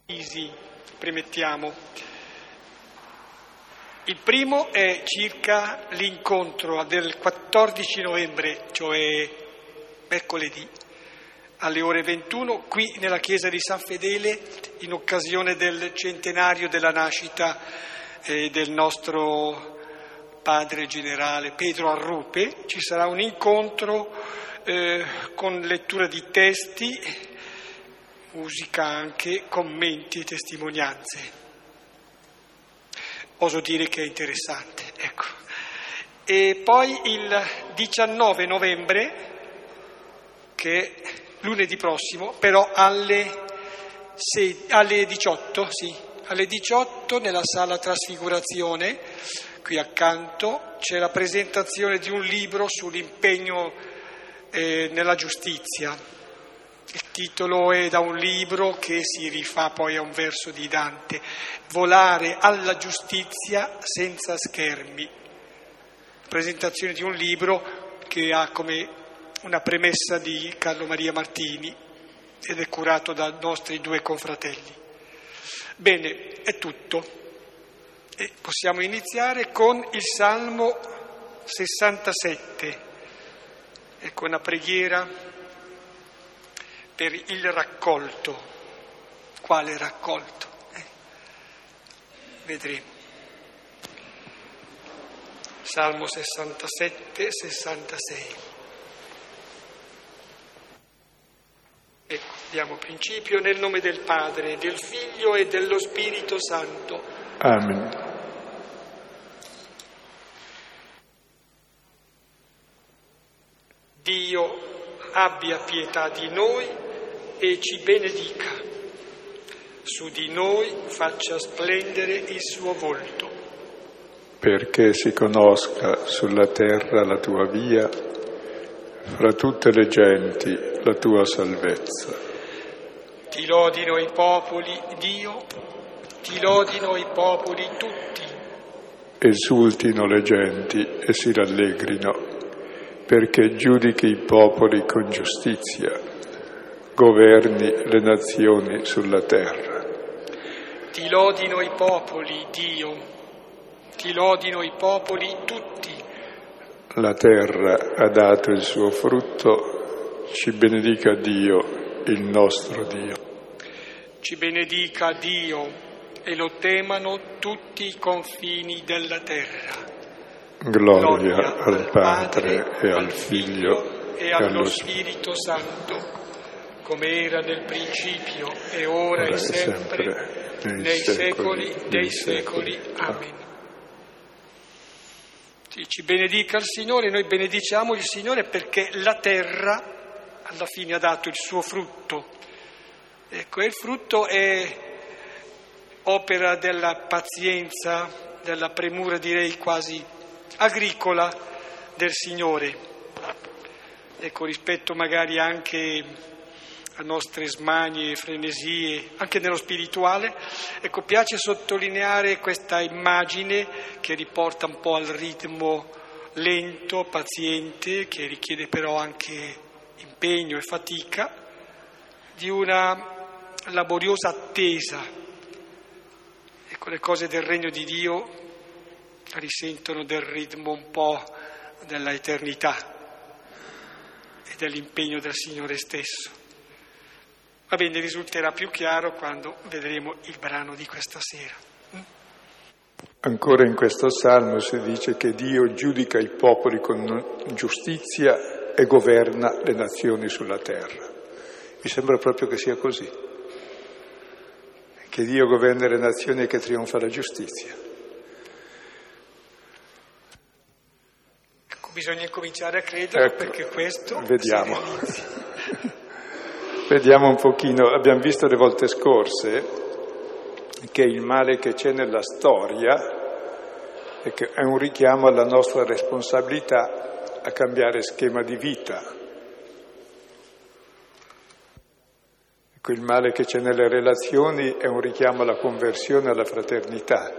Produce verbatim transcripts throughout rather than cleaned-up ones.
Premettiamo. Il primo è circa l'incontro del quattordici novembre, cioè mercoledì, alle ore ventuno, qui nella chiesa di San Fedele, in occasione del centenario della nascita eh, del nostro padre generale Pedro Arrupe. Ci sarà un incontro eh, con lettura di testi, musica anche, commenti e testimonianze. Oso dire che è interessante, ecco. E poi il diciannove novembre, che è lunedì prossimo, però alle, sei, alle diciotto, sì, alle diciotto nella sala Trasfigurazione, qui accanto, c'è la presentazione di un libro sull'impegno eh, nella giustizia. Il titolo è da un libro che si rifà poi a un verso di Dante, Volare alla giustizia senza schermi. Presentazione di un libro che ha come una premessa di Carlo Maria Martini ed è curato da nostri due confratelli. Bene, è tutto. E possiamo iniziare con il Salmo sessantasette. Ecco una preghiera per il raccolto. Quale raccolto? Eh, vedremo. Salmo sessantasette sessantasei. Ecco, diamo principio nel nome del Padre, del Figlio e dello Spirito Santo. Amen. Dio abbia pietà di noi e ci benedica, su di noi faccia splendere il suo volto. Perché si conosca sulla terra la tua via, fra tutte le genti la tua salvezza. Ti lodino i popoli, Dio, ti lodino i popoli tutti. Esultino le genti e si rallegrino, perché giudichi i popoli con giustizia, governi le nazioni sulla terra. Ti lodino i popoli, Dio, ti lodino i popoli tutti. La terra ha dato il suo frutto, ci benedica Dio, il nostro Dio. Ci benedica Dio e lo temano tutti i confini della terra. Gloria, Gloria al Padre, Padre e al Figlio e allo Spirito Santo, come era nel principio e ora, ora e sempre, sempre nei, nei secoli, secoli dei secoli. secoli. Amen. Sì, ci benedica il Signore, noi benediciamo il Signore perché la terra alla fine ha dato il suo frutto. Ecco, e il frutto è opera della pazienza, della premura, direi quasi agricola del Signore. Ecco, rispetto magari anche a nostre smanie e frenesie, anche nello spirituale, ecco, piace sottolineare questa immagine che riporta un po' al ritmo lento, paziente, che richiede però anche impegno e fatica, di una laboriosa attesa. Ecco, le cose del regno di Dio risentono del ritmo un po' della eternità e dell'impegno del Signore stesso. Va bene, risulterà più chiaro quando vedremo il brano di questa sera. Ancora in questo salmo si dice che Dio giudica i popoli con giustizia e governa le nazioni sulla terra. Mi sembra proprio che sia così, che Dio governa le nazioni e che trionfa la giustizia. Bisogna cominciare a credere, ecco, perché questo vediamo. Vediamo un pochino, abbiamo visto le volte scorse che il male che c'è nella storia è un richiamo alla nostra responsabilità a cambiare schema di vita. Ecco, il male che c'è nelle relazioni è un richiamo alla conversione, alla fraternità.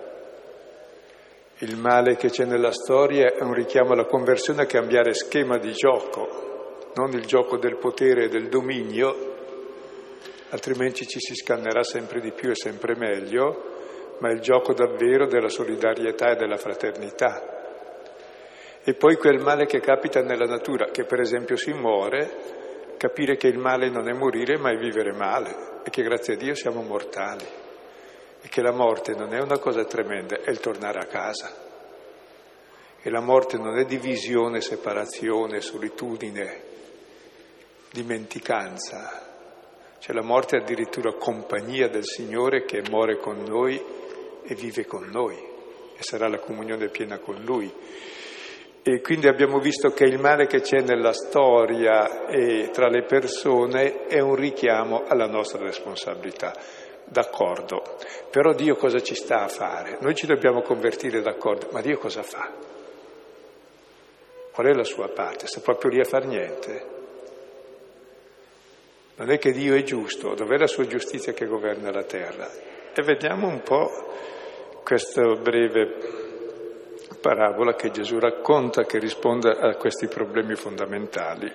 Il male che c'è nella storia è un richiamo alla conversione, a cambiare schema di gioco, non il gioco del potere e del dominio, altrimenti ci si scannerà sempre di più e sempre meglio, ma è il gioco davvero della solidarietà e della fraternità. E poi quel male che capita nella natura, che per esempio si muore, capire che il male non è morire ma è vivere male e che grazie a Dio siamo mortali e che la morte non è una cosa tremenda, è il tornare a casa. E la morte non è divisione, separazione, solitudine, dimenticanza. Cioè la morte è addirittura compagnia del Signore che muore con noi e vive con noi e sarà la comunione piena con Lui. E quindi abbiamo visto che il male che c'è nella storia e tra le persone è un richiamo alla nostra responsabilità. D'accordo, però Dio cosa ci sta a fare? Noi ci dobbiamo convertire, d'accordo, ma Dio cosa fa? Qual è la sua parte? Sta proprio lì a far niente? Non è che Dio è giusto, dov'è la sua giustizia che governa la terra? E vediamo un po' questa breve parabola che Gesù racconta, che risponde a questi problemi fondamentali.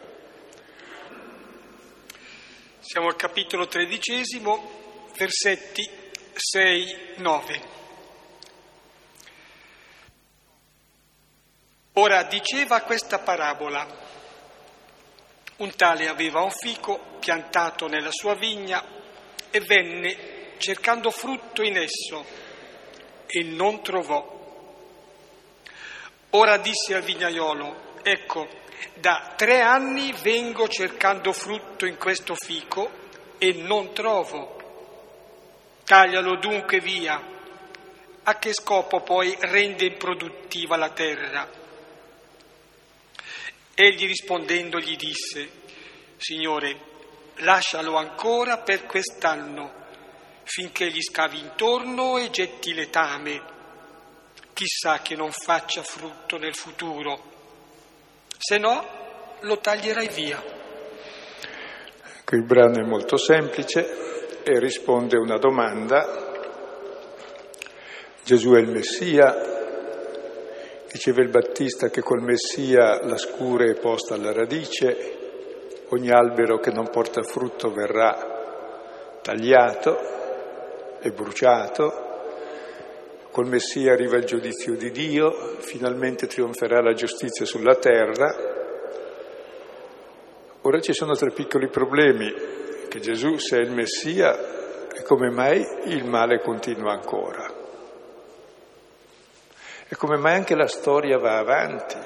Siamo al capitolo tredicesimo, versetti sei nove. Ora diceva questa parabola: un tale aveva un fico piantato nella sua vigna e venne cercando frutto in esso e non trovò. Ora disse al vignaiolo: ecco, da tre anni vengo cercando frutto in questo fico e non trovo. Taglialo dunque via. A che scopo poi rende improduttiva la terra? Egli rispondendo gli disse: Signore, lascialo ancora per quest'anno, finché gli scavi intorno e getti letame. Chissà che non faccia frutto nel futuro, se no lo taglierai via. Il brano è molto semplice e risponde a una domanda. Gesù è il Messia. Diceva il Battista che col Messia la scure è posta alla radice, ogni albero che non porta frutto verrà tagliato e bruciato. Col Messia arriva il giudizio di Dio, finalmente trionferà la giustizia sulla terra. Ora ci sono tre piccoli problemi, che Gesù, se è il Messia, e come mai il male continua ancora? E come mai anche la storia va avanti?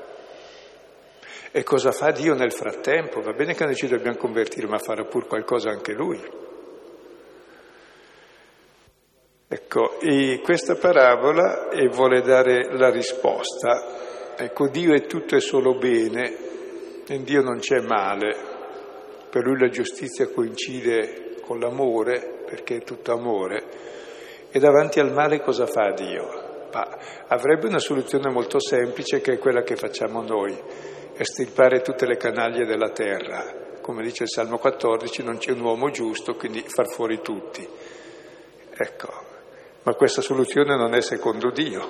E cosa fa Dio nel frattempo? Va bene che noi ci dobbiamo convertire, ma farà pur qualcosa anche Lui. Ecco, e questa parabola e vuole dare la risposta. Ecco, Dio è tutto e solo bene, in Dio non c'è male. Per Lui la giustizia coincide con l'amore, perché è tutto amore. E davanti al male cosa fa Dio? Ma avrebbe una soluzione molto semplice, che è quella che facciamo noi: estirpare tutte le canaglie della terra. Come dice il Salmo quattordici, non c'è un uomo giusto, quindi far fuori tutti. Ecco, ma questa soluzione non è secondo Dio.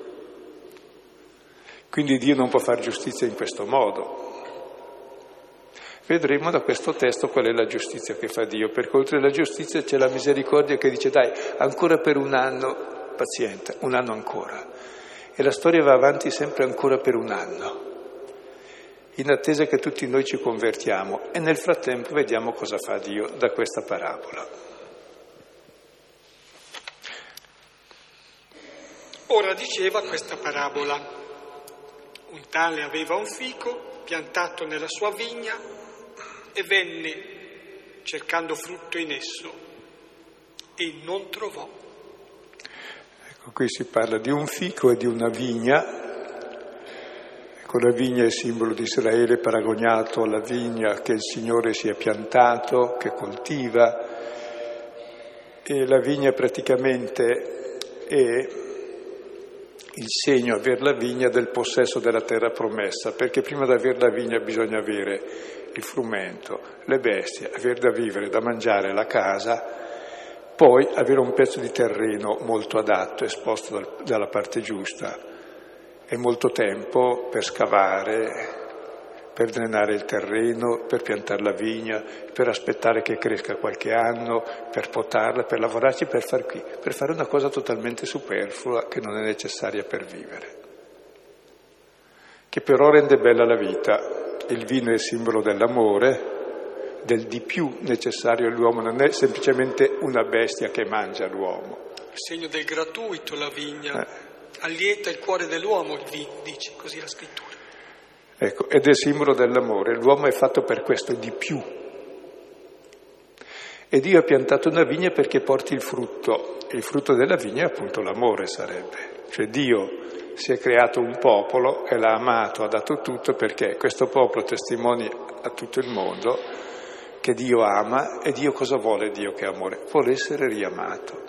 Quindi Dio non può fare giustizia in questo modo. Vedremo da questo testo qual è la giustizia che fa Dio, perché oltre alla giustizia c'è la misericordia che dice: dai, ancora per un anno, paziente, un anno ancora. E la storia va avanti sempre ancora per un anno, in attesa che tutti noi ci convertiamo, e nel frattempo vediamo cosa fa Dio da questa parabola. Ora diceva questa parabola: un tale aveva un fico piantato nella sua vigna e venne cercando frutto in esso e non trovò. Ecco, qui si parla di un fico e di una vigna. Ecco, la vigna è il simbolo di Israele paragoniato alla vigna che il Signore si è piantato, che coltiva, e la vigna praticamente è il segno, aver la vigna, del possesso della terra promessa, perché prima di aver la vigna bisogna avere il frumento, le bestie, aver da vivere, da mangiare, la casa, poi avere un pezzo di terreno molto adatto, esposto dal, dalla parte giusta, e molto tempo per scavare, per drenare il terreno, per piantare la vigna, per aspettare che cresca qualche anno, per potarla, per lavorarci, per far qui, per fare una cosa totalmente superflua che non è necessaria per vivere, che però rende bella la vita. Il vino è il simbolo dell'amore, del di più necessario all'uomo, non è semplicemente una bestia che mangia l'uomo. Il segno del gratuito, la vigna, Eh. allieta il cuore dell'uomo, il vino, dice così la scrittura. Ecco, ed è il simbolo dell'amore. L'uomo è fatto per questo di più. E Dio ha piantato una vigna perché porti il frutto. E il frutto della vigna è appunto l'amore, sarebbe. Cioè Dio si è creato un popolo e l'ha amato, ha dato tutto perché questo popolo testimonia a tutto il mondo che Dio ama. E Dio cosa vuole Dio che è amore? Vuole essere riamato.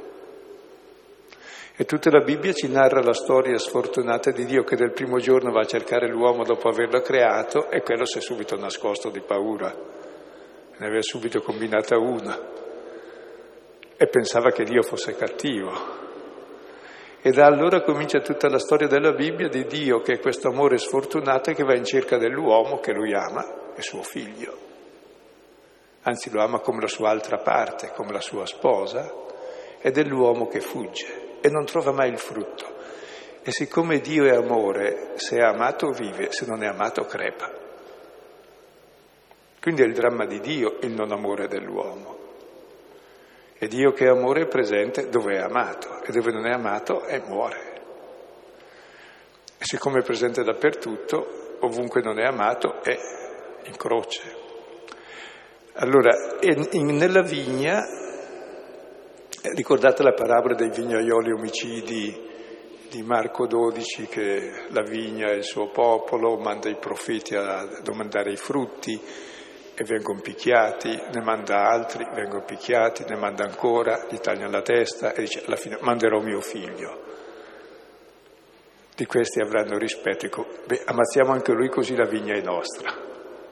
E tutta la Bibbia ci narra la storia sfortunata di Dio che del primo giorno va a cercare l'uomo dopo averlo creato e quello si è subito nascosto di paura, ne aveva subito combinata una e pensava che Dio fosse cattivo. E da allora comincia tutta la storia della Bibbia di Dio che è questo amore sfortunato che va in cerca dell'uomo che lui ama, è suo figlio. Anzi lo ama come la sua altra parte, come la sua sposa, ed è l'uomo che fugge e non trova mai il frutto. E siccome Dio è amore, se è amato vive, se non è amato crepa. Quindi è il dramma di Dio il non amore dell'uomo. E Dio che è amore è presente dove è amato, e dove non è amato è muore. E siccome è presente dappertutto, ovunque non è amato è in croce. Allora, in, nella vigna, ricordate la parabola dei vignaioli omicidi di Marco dodici, che la vigna è il suo popolo, manda i profeti a domandare i frutti e vengono picchiati, ne manda altri, vengono picchiati, ne manda ancora, gli tagliano la testa e dice alla fine manderò mio figlio. Di questi avranno rispetto. Dico, beh, ammazziamo anche lui così la vigna è nostra.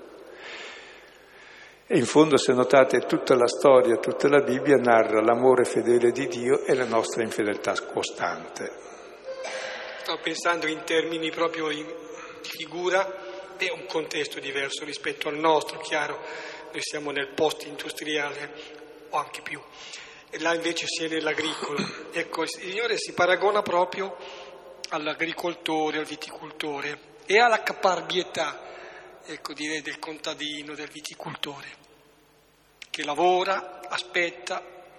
E in fondo, se notate, tutta la storia, tutta la Bibbia narra l'amore fedele di Dio e la nostra infedeltà costante. Sto pensando in termini proprio in figura, è un contesto diverso rispetto al nostro, chiaro, noi siamo nel post-industriale o anche più, e là invece si è nell'agricolo. Ecco, il Signore si paragona proprio all'agricoltore, al viticoltore e alla caparbietà, ecco, direi, del contadino, del viticoltore, che lavora, aspetta,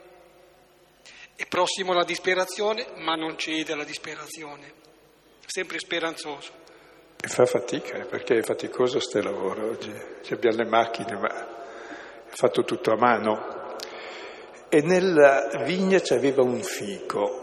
è prossimo alla disperazione, ma non cede alla disperazione, sempre speranzoso. E fa fatica, perché è faticoso ste lavoro oggi. Ci abbiamo le macchine, ma è fatto tutto a mano. E nella vigna c'aveva un fico.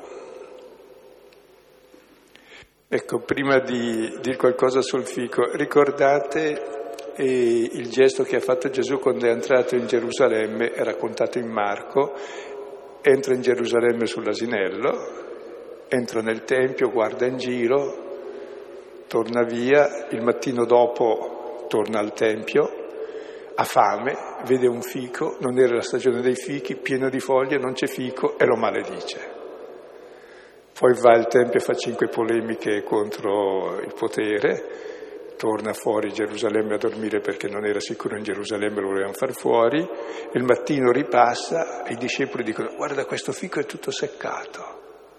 Ecco, prima di dire qualcosa sul fico, ricordate eh, il gesto che ha fatto Gesù quando è entrato in Gerusalemme, è raccontato in Marco, entra in Gerusalemme sull'asinello, entra nel Tempio, guarda in giro, torna via, il mattino dopo torna al Tempio, ha fame, vede un fico, non era la stagione dei fichi, pieno di foglie, non c'è fico e lo maledice. Poi va al Tempio e fa cinque polemiche contro il potere, torna fuori Gerusalemme a dormire perché non era sicuro in Gerusalemme, lo volevano far fuori, e il mattino ripassa e i discepoli dicono: guarda, questo fico è tutto seccato.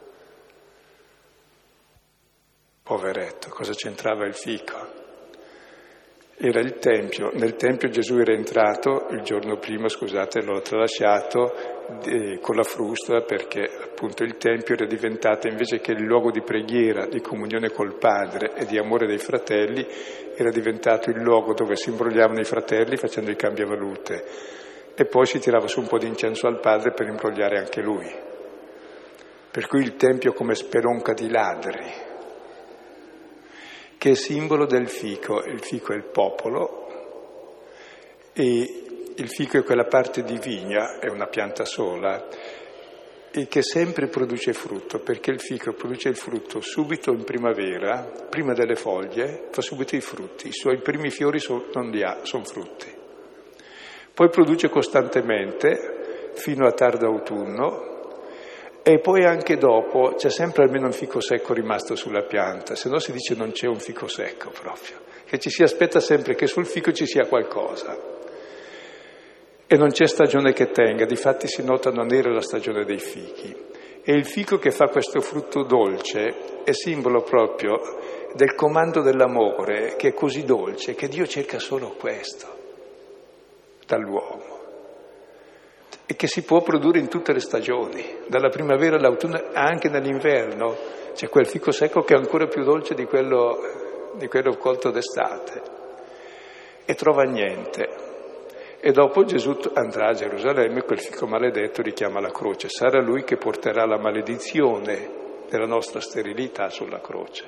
Poveretto, cosa c'entrava il fico? Era il Tempio, nel Tempio Gesù era entrato il giorno prima, scusate, l'ho tralasciato, eh, con la frusta, perché appunto il Tempio era diventato, invece che il luogo di preghiera, di comunione col Padre e di amore dei fratelli, era diventato il luogo dove si imbrogliavano i fratelli facendo i cambiavalute e poi si tirava su un po' di incenso al Padre per imbrogliare anche lui. Per cui il Tempio come spelonca di ladri, che è simbolo del fico. Il fico è il popolo e il fico è quella parte di vigna, è una pianta sola, e che sempre produce frutto, perché il fico produce il frutto subito in primavera, prima delle foglie, fa subito i frutti, i suoi primi fiori so, non li ha, sono frutti. Poi produce costantemente fino a tardo autunno E poi anche dopo c'è sempre almeno un fico secco rimasto sulla pianta, se no si dice non c'è un fico secco proprio, che ci si aspetta sempre che sul fico ci sia qualcosa. E non c'è stagione che tenga, difatti si nota non era la stagione dei fichi. E il fico che fa questo frutto dolce è simbolo proprio del comando dell'amore, che è così dolce, che Dio cerca solo questo dall'uomo. E che si può produrre in tutte le stagioni, dalla primavera all'autunno, anche nell'inverno. C'è quel fico secco che è ancora più dolce di quello, di quello colto d'estate. E trova niente. E dopo Gesù andrà a Gerusalemme e quel fico maledetto richiama la croce. Sarà lui che porterà la maledizione della nostra sterilità sulla croce.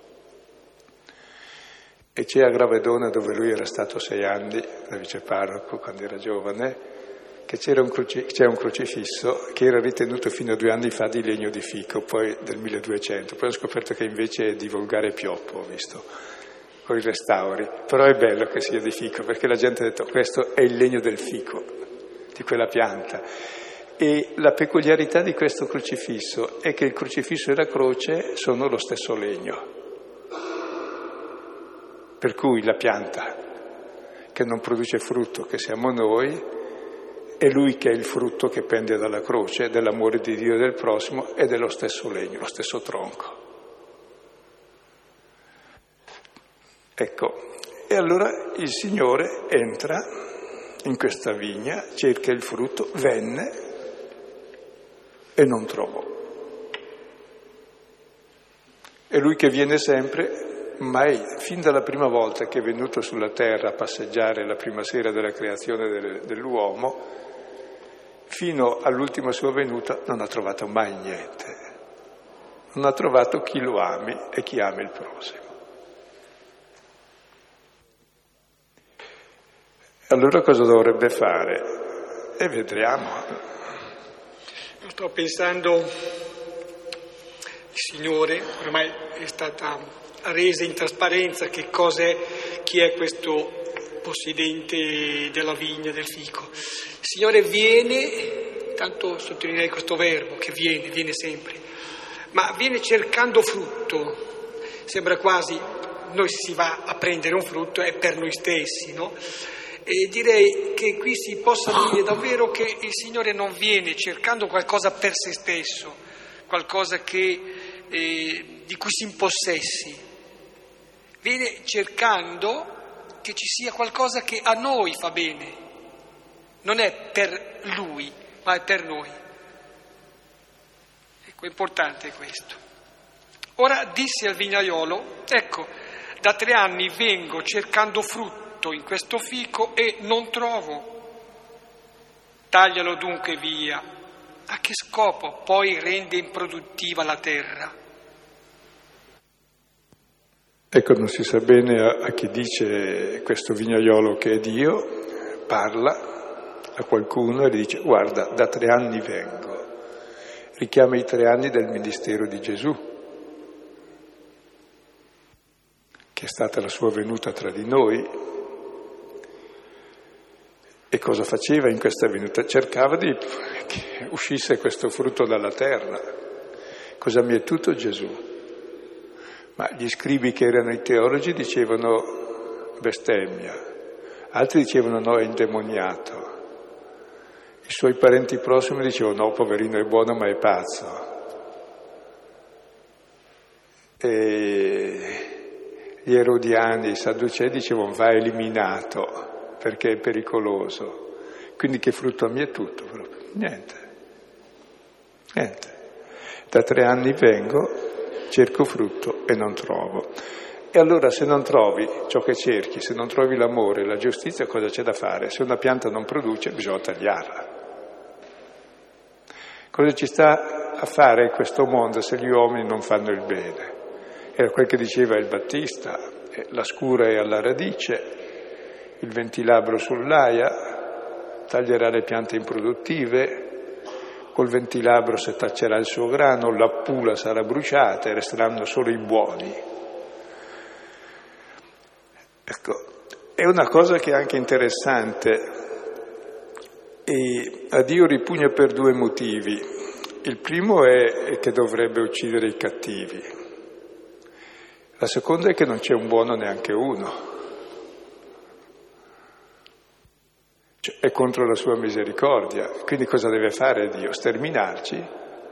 E c'è a Gravedona, dove lui era stato sei anni, da viceparroco quando era giovane, che c'era un cruci- c'è un crocifisso che era ritenuto fino a due anni fa di legno di fico, poi del milleduecento, poi ho scoperto che invece è di volgare pioppo, ho visto, con i restauri, però è bello che sia di fico, perché la gente ha detto questo è il legno del fico, di quella pianta. E la peculiarità di questo crocifisso è che il crocifisso e la croce sono lo stesso legno, per cui la pianta che non produce frutto, che siamo noi, è lui che è il frutto che pende dalla croce, dell'amore di Dio e del prossimo, e dello stesso legno, lo stesso tronco. Ecco, e allora il Signore entra in questa vigna, cerca il frutto, venne e non trovò. È lui che viene sempre, mai, fin dalla prima volta che è venuto sulla terra a passeggiare la prima sera della creazione dell'uomo, fino all'ultima sua venuta non ha trovato mai niente. Non ha trovato chi lo ami e chi ama il prossimo. Allora cosa dovrebbe fare? E vedremo. Sto pensando, il Signore, ormai è stata resa in trasparenza che cos'è, chi è questo possidente della vigna, del fico. Il Signore viene, tanto sottolineerei questo verbo, che viene, viene sempre, ma viene cercando frutto. Sembra quasi, noi si va a prendere un frutto, è per noi stessi, no? E direi che qui si possa dire davvero che il Signore non viene cercando qualcosa per se stesso, qualcosa che, eh, di cui si impossessi, viene cercando che ci sia qualcosa che a noi fa bene, non è per Lui, ma è per noi. Ecco, è importante questo. Ora disse al vignaiolo, ecco, da tre anni vengo cercando frutto in questo fico e non trovo. Taglialo dunque via. A che scopo poi rende improduttiva la terra? Ecco, non si sa bene a, a chi dice questo vignaiolo che è Dio, parla a qualcuno e gli dice guarda, da tre anni vengo. Richiama i tre anni del ministero di Gesù, che è stata la sua venuta tra di noi. E cosa faceva in questa venuta? Cercava di che uscisse questo frutto dalla terra. Cosa ha mietuto Gesù? Ma gli scribi che erano i teologi dicevano bestemmia, altri dicevano no, è indemoniato. I suoi parenti prossimi dicevano no, poverino, è buono ma è pazzo. E gli erodiani, i sadducei dicevano va eliminato perché è pericoloso. Quindi che frutto ha mietuto? Proprio? Niente. Niente. Da tre anni vengo, cerco frutto e non trovo. E allora se non trovi ciò che cerchi, se non trovi l'amore, la giustizia, cosa c'è da fare? Se una pianta non produce, bisogna tagliarla. Cosa ci sta a fare questo mondo se gli uomini non fanno il bene? Era quel che diceva il Battista, la scura è alla radice, il ventilabro sull'aia, taglierà le piante improduttive, col ventilabro setaccerà il suo grano, la pula sarà bruciata e resteranno solo i buoni. Ecco, è una cosa che è anche interessante e a Dio ripugna per due motivi. Il primo è che dovrebbe uccidere i cattivi. La seconda è che non c'è un buono neanche uno. Cioè, è contro la sua misericordia. Quindi cosa deve fare Dio? Sterminarci?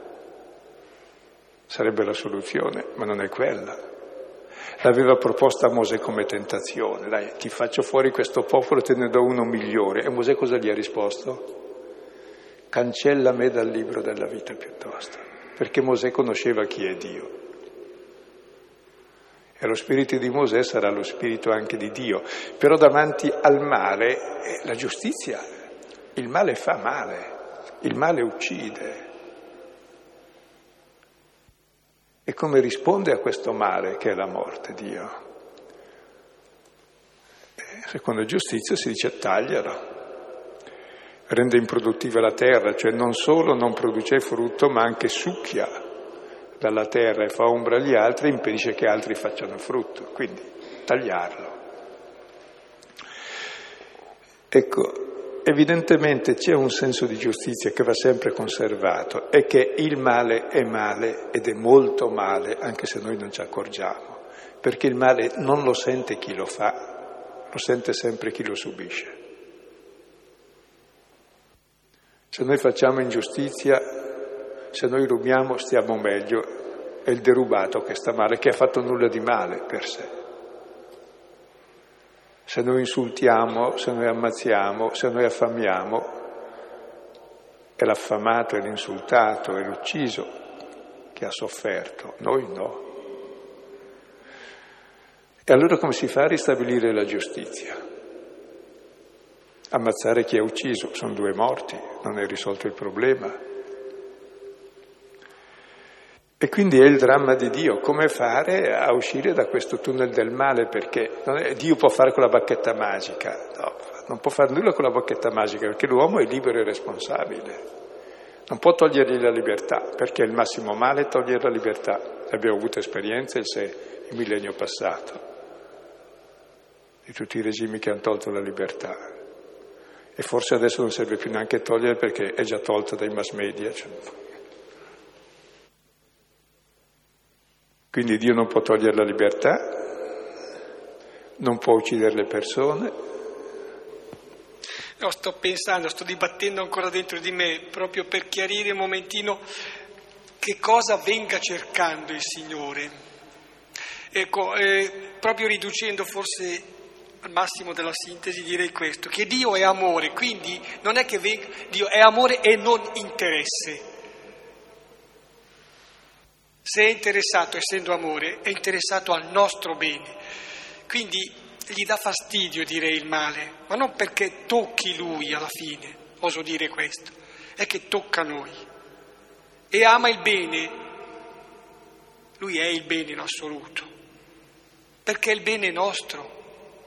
Sarebbe la soluzione, ma non è quella. L'aveva proposta a Mosè come tentazione. Dai, ti faccio fuori questo popolo, te ne do uno migliore. E Mosè cosa gli ha risposto? Cancella me dal libro della vita piuttosto, perché Mosè conosceva chi è Dio. E lo spirito di Mosè sarà lo spirito anche di Dio. Però davanti al male, eh, la giustizia, il male fa male, il male uccide. E come risponde a questo male che è la morte, Dio? Eh, secondo giustizia si dice taglialo. Rende improduttiva la terra, cioè non solo non produce frutto, ma anche succhia dalla terra e fa ombra agli altri e impedisce che altri facciano frutto. Quindi tagliarlo. Ecco, evidentemente c'è un senso di giustizia che va sempre conservato, è che il male è male ed è molto male, anche se noi non ci accorgiamo, perché il male non lo sente chi lo fa, lo sente sempre chi lo subisce. Se noi facciamo ingiustizia, se noi rubiamo, stiamo meglio. È il derubato che sta male, che ha fatto nulla di male per sé. Se noi insultiamo, se noi ammazziamo, se noi affamiamo, è l'affamato, è l'insultato, è l'ucciso che ha sofferto, noi no. E allora come si fa a ristabilire la giustizia? Ammazzare chi ha ucciso, sono due morti, non è risolto il problema. E quindi è il dramma di Dio, come fare a uscire da questo tunnel del male, perché non è, Dio può fare con la bacchetta magica, no, non può fare nulla con la bacchetta magica, perché l'uomo è libero e responsabile, non può togliergli la libertà, perché il massimo male è togliere la libertà. Abbiamo avuto esperienze il, se, il millennio passato, di tutti i regimi che hanno tolto la libertà. E forse adesso non serve più neanche togliere perché è già tolta dai mass media. Cioè. Quindi Dio non può togliere la libertà, non può uccidere le persone. No, sto pensando, sto dibattendo ancora dentro di me, proprio per chiarire un momentino che cosa venga cercando il Signore. Ecco, eh, proprio riducendo forse al massimo della sintesi direi questo, che Dio è amore, quindi non è che venga, Dio è amore e non interesse. Se è interessato, essendo amore, è interessato al nostro bene, quindi gli dà fastidio, direi, il male, ma non perché tocchi lui alla fine, oso dire questo, è che tocca noi e ama il bene, lui è il bene in assoluto, perché il bene è nostro.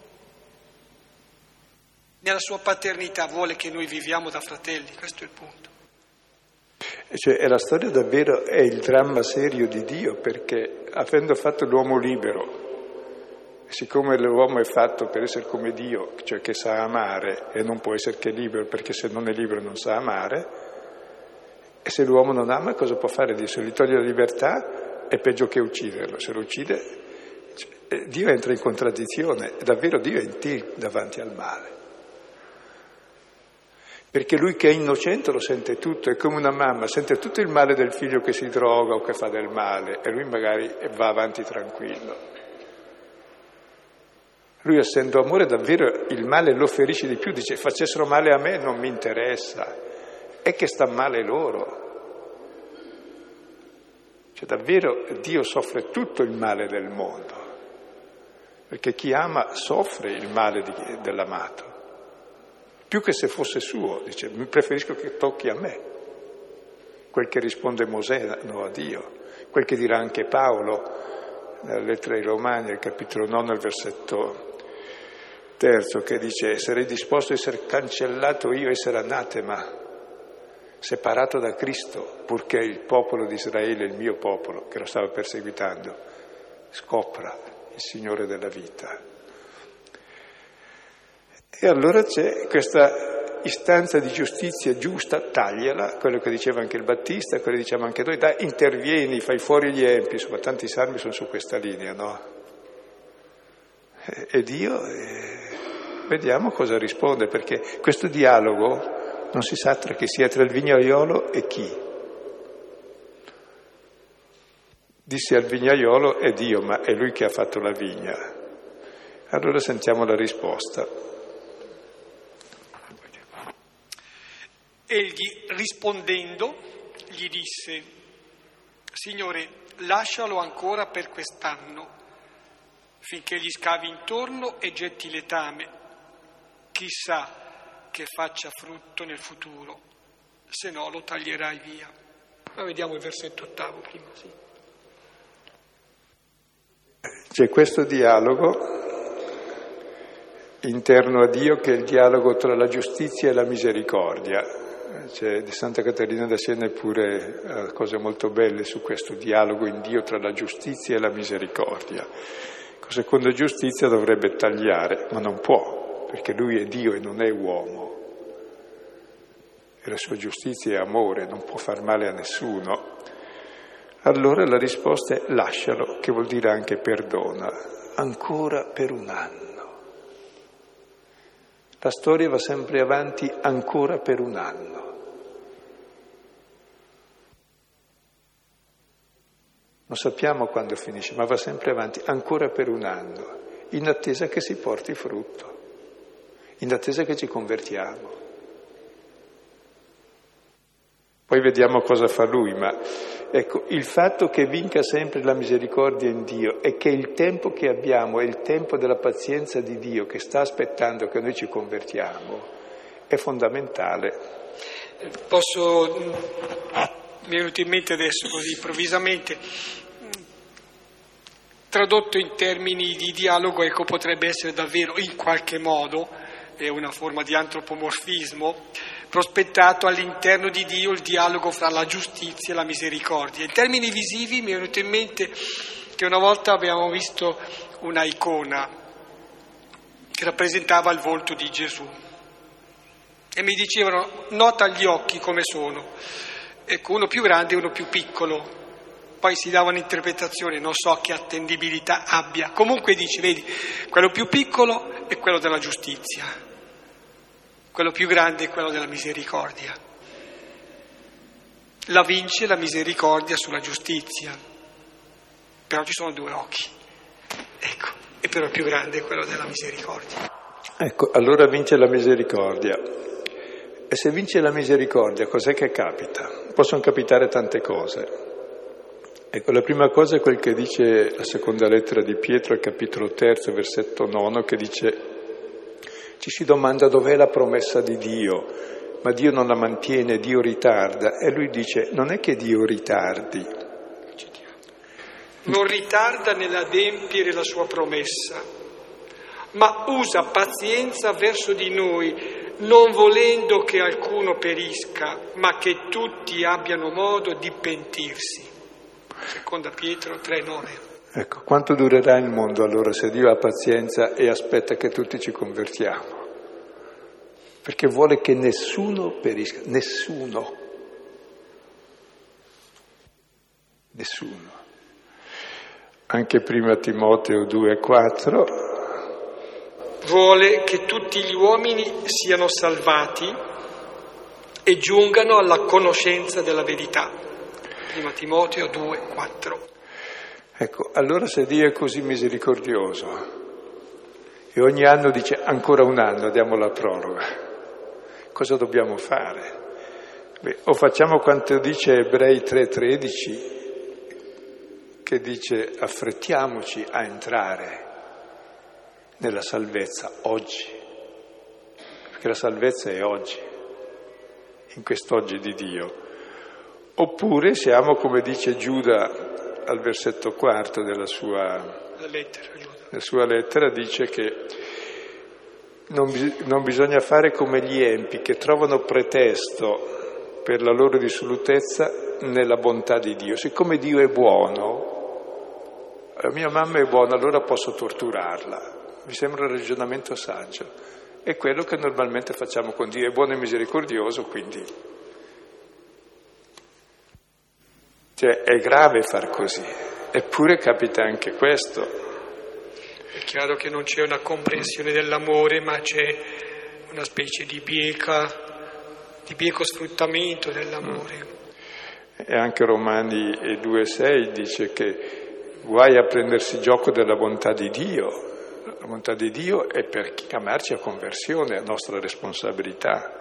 Nella sua paternità vuole che noi viviamo da fratelli, questo è il punto. Cioè, è la storia davvero, è il dramma serio di Dio, perché avendo fatto l'uomo libero, siccome l'uomo è fatto per essere come Dio, cioè che sa amare e non può essere che libero, perché se non è libero non sa amare, e se l'uomo non ama cosa può fare Dio? Se gli toglie la libertà è peggio che ucciderlo, se lo uccide cioè, Dio entra in contraddizione, davvero Dio è in tilt davanti al male. Perché lui che è innocente lo sente tutto, è come una mamma, sente tutto il male del figlio che si droga o che fa del male e lui magari va avanti tranquillo. Lui essendo amore davvero il male lo ferisce di più, dice facessero male a me non mi interessa, è che sta male loro. Cioè davvero Dio soffre tutto il male del mondo, perché chi ama soffre il male di, dell'amato. Più che se fosse suo, dice, mi preferisco che tocchi a me. Quel che risponde Mosè, no a Dio. Quel che dirà anche Paolo, nella lettera ai Romani, al capitolo nove, al versetto terzo, che dice, sarei disposto a essere cancellato io, essere anatema, separato da Cristo, purché il popolo di Israele, il mio popolo, che lo stava perseguitando, scopra il Signore della vita. E allora c'è questa istanza di giustizia giusta, tagliala, quello che diceva anche il Battista, quello che diciamo anche noi, dai, intervieni, fai fuori gli empi, insomma tanti salmi sono su questa linea, no? E Dio, eh, vediamo cosa risponde, perché questo dialogo non si sa tra chi sia, tra il vignaiolo e chi. Disse al vignaiolo: è Dio, ma è lui che ha fatto la vigna. Allora sentiamo la risposta. Egli rispondendo gli disse: Signore, lascialo ancora per quest'anno, finché gli scavi intorno e getti letame. Chissà che faccia frutto nel futuro, se no lo taglierai via. Ma vediamo il versetto ottavo prima, sì. C'è questo dialogo interno a Dio che è il dialogo tra la giustizia e la misericordia. C'è di Santa Caterina da Siena pure eh, cose molto belle su questo dialogo in Dio tra la giustizia e la misericordia. Secondo giustizia dovrebbe tagliare, ma non può, perché lui è Dio e non è uomo. E la sua giustizia è amore, non può far male a nessuno. Allora la risposta è lascialo, che vuol dire anche perdona, ancora per un anno. La storia va sempre avanti ancora per un anno. Non sappiamo quando finisce, ma va sempre avanti ancora per un anno, in attesa che si porti frutto, in attesa che ci convertiamo. Poi vediamo cosa fa lui, ma ecco, il fatto che vinca sempre la misericordia in Dio e che il tempo che abbiamo è il tempo della pazienza di Dio che sta aspettando che noi ci convertiamo è fondamentale. Posso, mi è venuto in mente adesso così improvvisamente, tradotto in termini di dialogo, ecco, potrebbe essere davvero in qualche modo, è una forma di antropomorfismo, prospettato all'interno di Dio il dialogo fra la giustizia e la misericordia. In termini visivi mi è venuto in mente che una volta abbiamo visto una icona che rappresentava il volto di Gesù e mi dicevano: nota gli occhi come sono, ecco, uno più grande e uno più piccolo. Poi si dava un'interpretazione, non so che attendibilità abbia. Comunque dice, vedi, quello più piccolo è quello della giustizia, quello più grande è quello della misericordia. La vince la misericordia sulla giustizia, però ci sono due occhi, ecco, e però il più grande è quello della misericordia. Ecco, allora vince la misericordia. E se vince la misericordia, cos'è che capita? Possono capitare tante cose. Ecco, la prima cosa è quel che dice la seconda lettera di Pietro, al capitolo terzo, versetto nono, che dice: ci si domanda dov'è la promessa di Dio, ma Dio non la mantiene, Dio ritarda. E lui dice: non è che Dio ritardi. Non ritarda nell'adempiere la sua promessa, ma usa pazienza verso di noi, non volendo che alcuno perisca, ma che tutti abbiano modo di pentirsi. Seconda Pietro tre nove. Ecco, quanto durerà il mondo allora se Dio ha pazienza e aspetta che tutti ci convertiamo? Perché vuole che nessuno perisca, nessuno, nessuno. Anche prima Timoteo due quattro. Vuole che tutti gli uomini siano salvati e giungano alla conoscenza della verità. Prima Timoteo due quattro. Ecco, allora se Dio è così misericordioso e ogni anno dice ancora un anno, diamo la proroga, cosa dobbiamo fare? Beh, o facciamo quanto dice Ebrei tre tredici, che dice affrettiamoci a entrare nella salvezza oggi, perché la salvezza è oggi, in quest'oggi di Dio. Oppure siamo, come dice Giuda al versetto quarto della sua la lettera, la sua lettera, dice che non, bis- non bisogna fare come gli empi che trovano pretesto per la loro dissolutezza nella bontà di Dio. Siccome Dio è buono, la mia mamma è buona, allora posso torturarla. Mi sembra un ragionamento saggio. È quello che normalmente facciamo con Dio, è buono e misericordioso, quindi... Cioè, è grave far così, eppure capita anche questo. È chiaro che non c'è una comprensione dell'amore, ma c'è una specie di bieca, di bieco sfruttamento dell'amore. E anche Romani due sei dice che guai a prendersi gioco della bontà di Dio. La bontà di Dio è per chiamarci a conversione, a nostra responsabilità.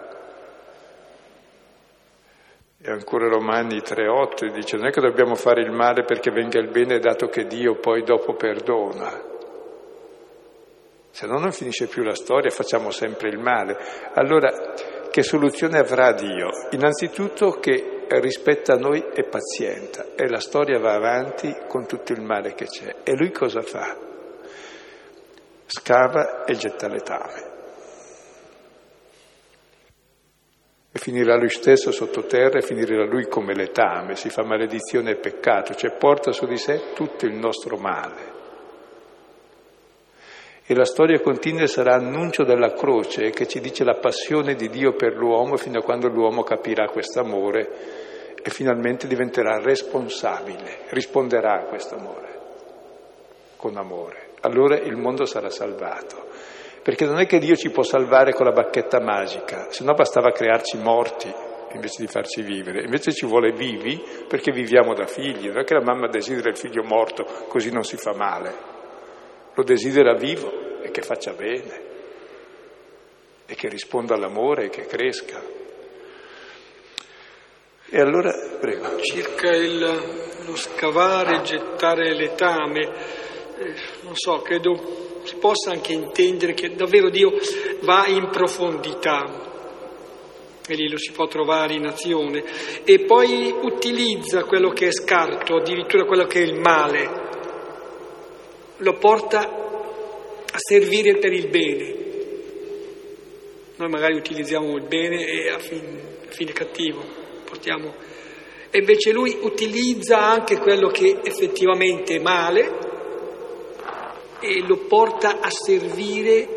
E ancora Romani tre otto dice: non è che dobbiamo fare il male perché venga il bene, dato che Dio poi dopo perdona. Se no non finisce più la storia, facciamo sempre il male. Allora, che soluzione avrà Dio? Innanzitutto che rispetta noi e pazienta, e la storia va avanti con tutto il male che c'è. E lui cosa fa? Scava e getta letame. E finirà lui stesso sottoterra e finirà lui come letame, si fa maledizione e peccato, cioè porta su di sé tutto il nostro male. E la storia continua e sarà annuncio della croce che ci dice la passione di Dio per l'uomo fino a quando l'uomo capirà quest'amore e finalmente diventerà responsabile, risponderà a questo amore, con amore. Allora il mondo sarà salvato. Perché non è che Dio ci può salvare con la bacchetta magica, se no bastava crearci morti invece di farci vivere. Invece ci vuole vivi perché viviamo da figli. Non è che la mamma desidera il figlio morto così non si fa male. Lo desidera vivo e che faccia bene e che risponda all'amore e che cresca. E allora, prego. Circa il, lo scavare, gettare letame, eh, non so, credo si possa anche intendere che davvero Dio va in profondità, e lì lo si può trovare in azione, e poi utilizza quello che è scarto, addirittura quello che è il male, lo porta a servire per il bene. Noi magari utilizziamo il bene e a fine, a fine cattivo, portiamo... e invece lui utilizza anche quello che effettivamente è male e lo porta a servire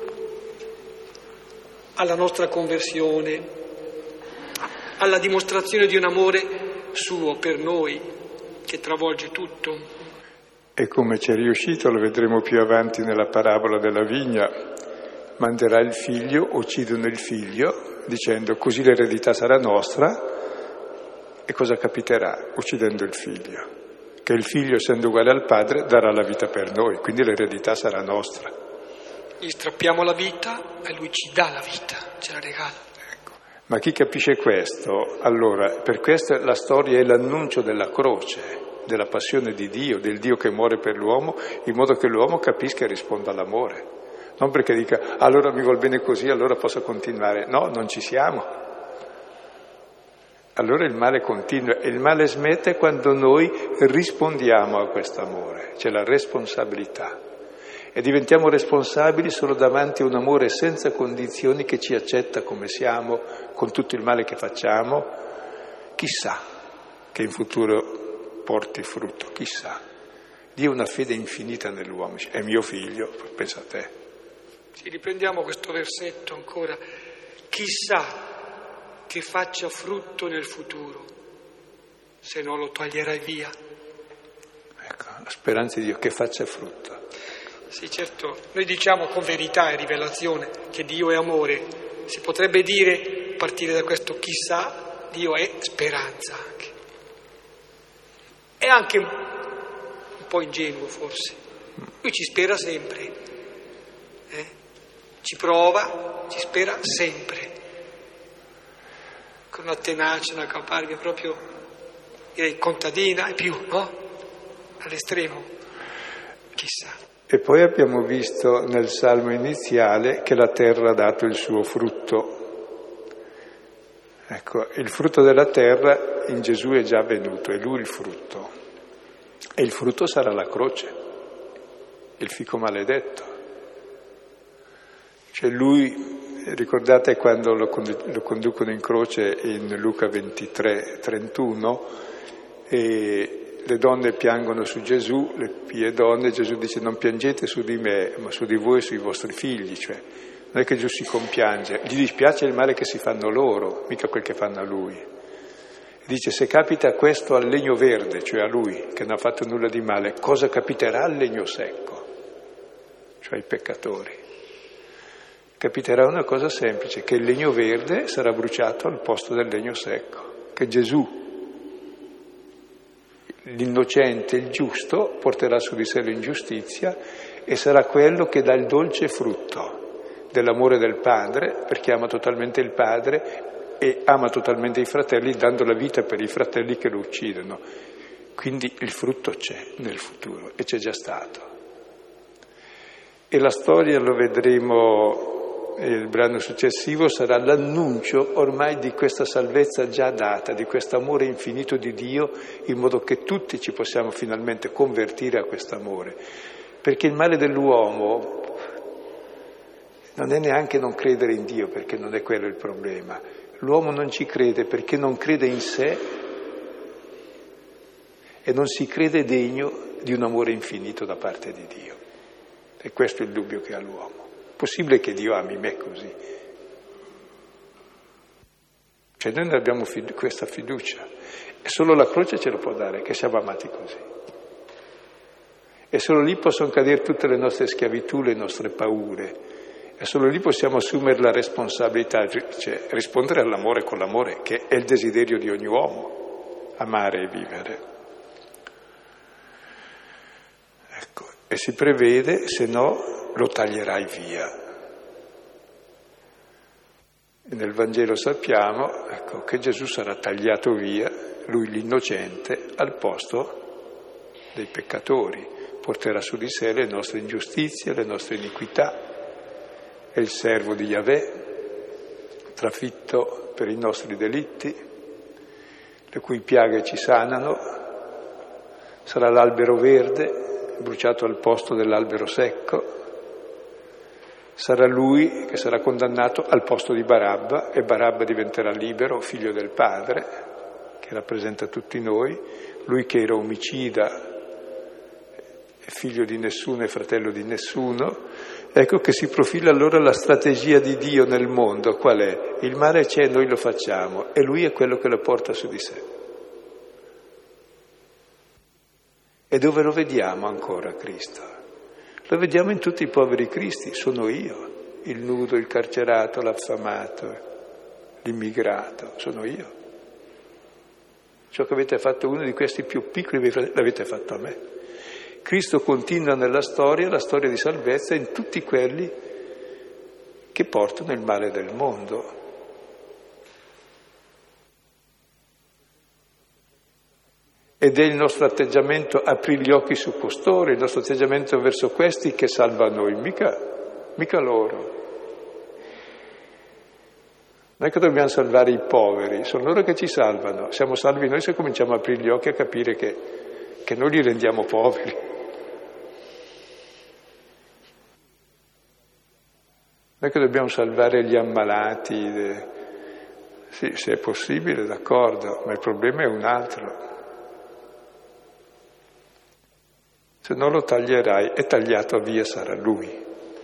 alla nostra conversione, alla dimostrazione di un amore suo per noi, che travolge tutto. E come ci è riuscito, lo vedremo più avanti nella parabola della vigna, manderà il figlio, uccidono il figlio, dicendo così l'eredità sarà nostra, e cosa capiterà? Uccidendo il figlio. Che il figlio, essendo uguale al padre, darà la vita per noi, quindi l'eredità sarà nostra. Gli strappiamo la vita e lui ci dà la vita, ce la regala. Ecco. Ma chi capisce questo, allora, per questo la storia è l'annuncio della croce, della passione di Dio, del Dio che muore per l'uomo, in modo che l'uomo capisca e risponda all'amore. Non perché dica, allora mi vuol bene così, allora posso continuare. No, non ci siamo. Allora il male continua e il male smette quando noi rispondiamo a questo amore, c'è la responsabilità. E diventiamo responsabili solo davanti a un amore senza condizioni che ci accetta come siamo, con tutto il male che facciamo. Chissà che in futuro porti frutto, chissà. Dio ha una fede infinita nell'uomo, è mio figlio, pensa a te. Sì, riprendiamo questo versetto ancora. Chissà che faccia frutto nel futuro, se no lo toglierai via. Ecco, la speranza di Dio che faccia frutto. Sì, certo, noi diciamo con verità e rivelazione che Dio è amore. Si potrebbe dire, a partire da questo chissà, Dio è speranza anche. È anche un po' ingenuo forse. Lui ci spera sempre, eh? Ci prova, ci spera sempre. Con una tenacia, una caparbietà proprio, direi, contadina e più, no? All'estremo, chissà. E poi abbiamo visto nel salmo iniziale che la terra ha dato il suo frutto. Ecco, il frutto della terra in Gesù è già venuto, è lui il frutto. E il frutto sarà la croce, il fico maledetto. Cioè lui... Ricordate quando lo conducono in croce in Luca ventitré trentuno e le donne piangono su Gesù, le pie donne, Gesù dice non piangete su di me ma su di voi e sui vostri figli, cioè Non è che Gesù si compiange, gli dispiace il male che si fanno loro, mica quel che fanno a lui. E dice, se capita questo al legno verde, cioè a lui, che non ha fatto nulla di male, cosa capiterà al legno secco, cioè ai peccatori? Capiterà una cosa semplice, che il legno verde sarà bruciato al posto del legno secco, che Gesù, l'innocente, il giusto, porterà su di sé l'ingiustizia e sarà quello che dà il dolce frutto dell'amore del Padre, perché ama totalmente il Padre e ama totalmente i fratelli, dando la vita per i fratelli che lo uccidono. Quindi il frutto c'è nel futuro e c'è già stato. E la storia, lo vedremo, il brano successivo, sarà l'annuncio ormai di questa salvezza già data, di questo amore infinito di Dio, in modo che tutti ci possiamo finalmente convertire a questo amore. Perché il male dell'uomo non è neanche non credere in Dio, perché non è quello il problema. L'uomo non ci crede perché non crede in sé e non si crede degno di un amore infinito da parte di Dio. E questo è il dubbio che ha l'uomo. Possibile che Dio ami me così? Cioè noi non abbiamo fid- questa fiducia e solo la croce ce lo può dare, che siamo amati così. E solo lì possono cadere tutte le nostre schiavitù, le nostre paure. E solo lì possiamo assumere la responsabilità, cioè rispondere all'amore con l'amore, che è il desiderio di ogni uomo, amare e vivere. Ecco, e si prevede, se no lo taglierai via. E nel Vangelo sappiamo, ecco, che Gesù sarà tagliato via, lui l'innocente, al posto dei peccatori, porterà su di sé le nostre ingiustizie, le nostre iniquità. È il servo di Yahweh, trafitto per i nostri delitti, le cui piaghe ci sanano, sarà l'albero verde, bruciato al posto dell'albero secco, sarà lui che sarà condannato al posto di Barabba e Barabba diventerà libero, figlio del Padre, che rappresenta tutti noi, lui che era omicida, figlio di nessuno e fratello di nessuno. Ecco che si profila allora la strategia di Dio nel mondo. Qual è? Il male c'è, noi lo facciamo, e lui è quello che lo porta su di sé. E dove lo vediamo ancora Cristo? Lo vediamo in tutti i poveri cristi, sono io, il nudo, il carcerato, l'affamato, l'immigrato, sono io. Ciò che avete fatto uno di questi più piccoli l'avete fatto a me. Cristo continua nella storia, la storia di salvezza, in tutti quelli che portano il male del mondo. Ed è il nostro atteggiamento aprire gli occhi su costoro, il nostro atteggiamento verso questi che salva noi, mica, mica loro. Non è che dobbiamo salvare i poveri, sono loro che ci salvano. Siamo salvi noi se cominciamo a aprire gli occhi e a capire che, che noi li rendiamo poveri. Non è che dobbiamo salvare gli ammalati, de... sì, se è possibile, d'accordo, ma il problema è un altro. Se non lo taglierai, e tagliato via sarà lui.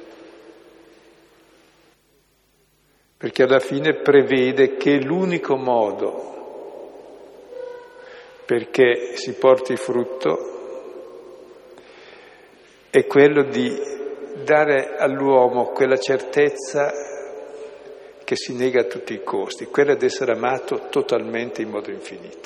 Perché alla fine prevede che l'unico modo perché si porti frutto è quello di dare all'uomo quella certezza che si nega a tutti i costi, quella di essere amato totalmente in modo infinito.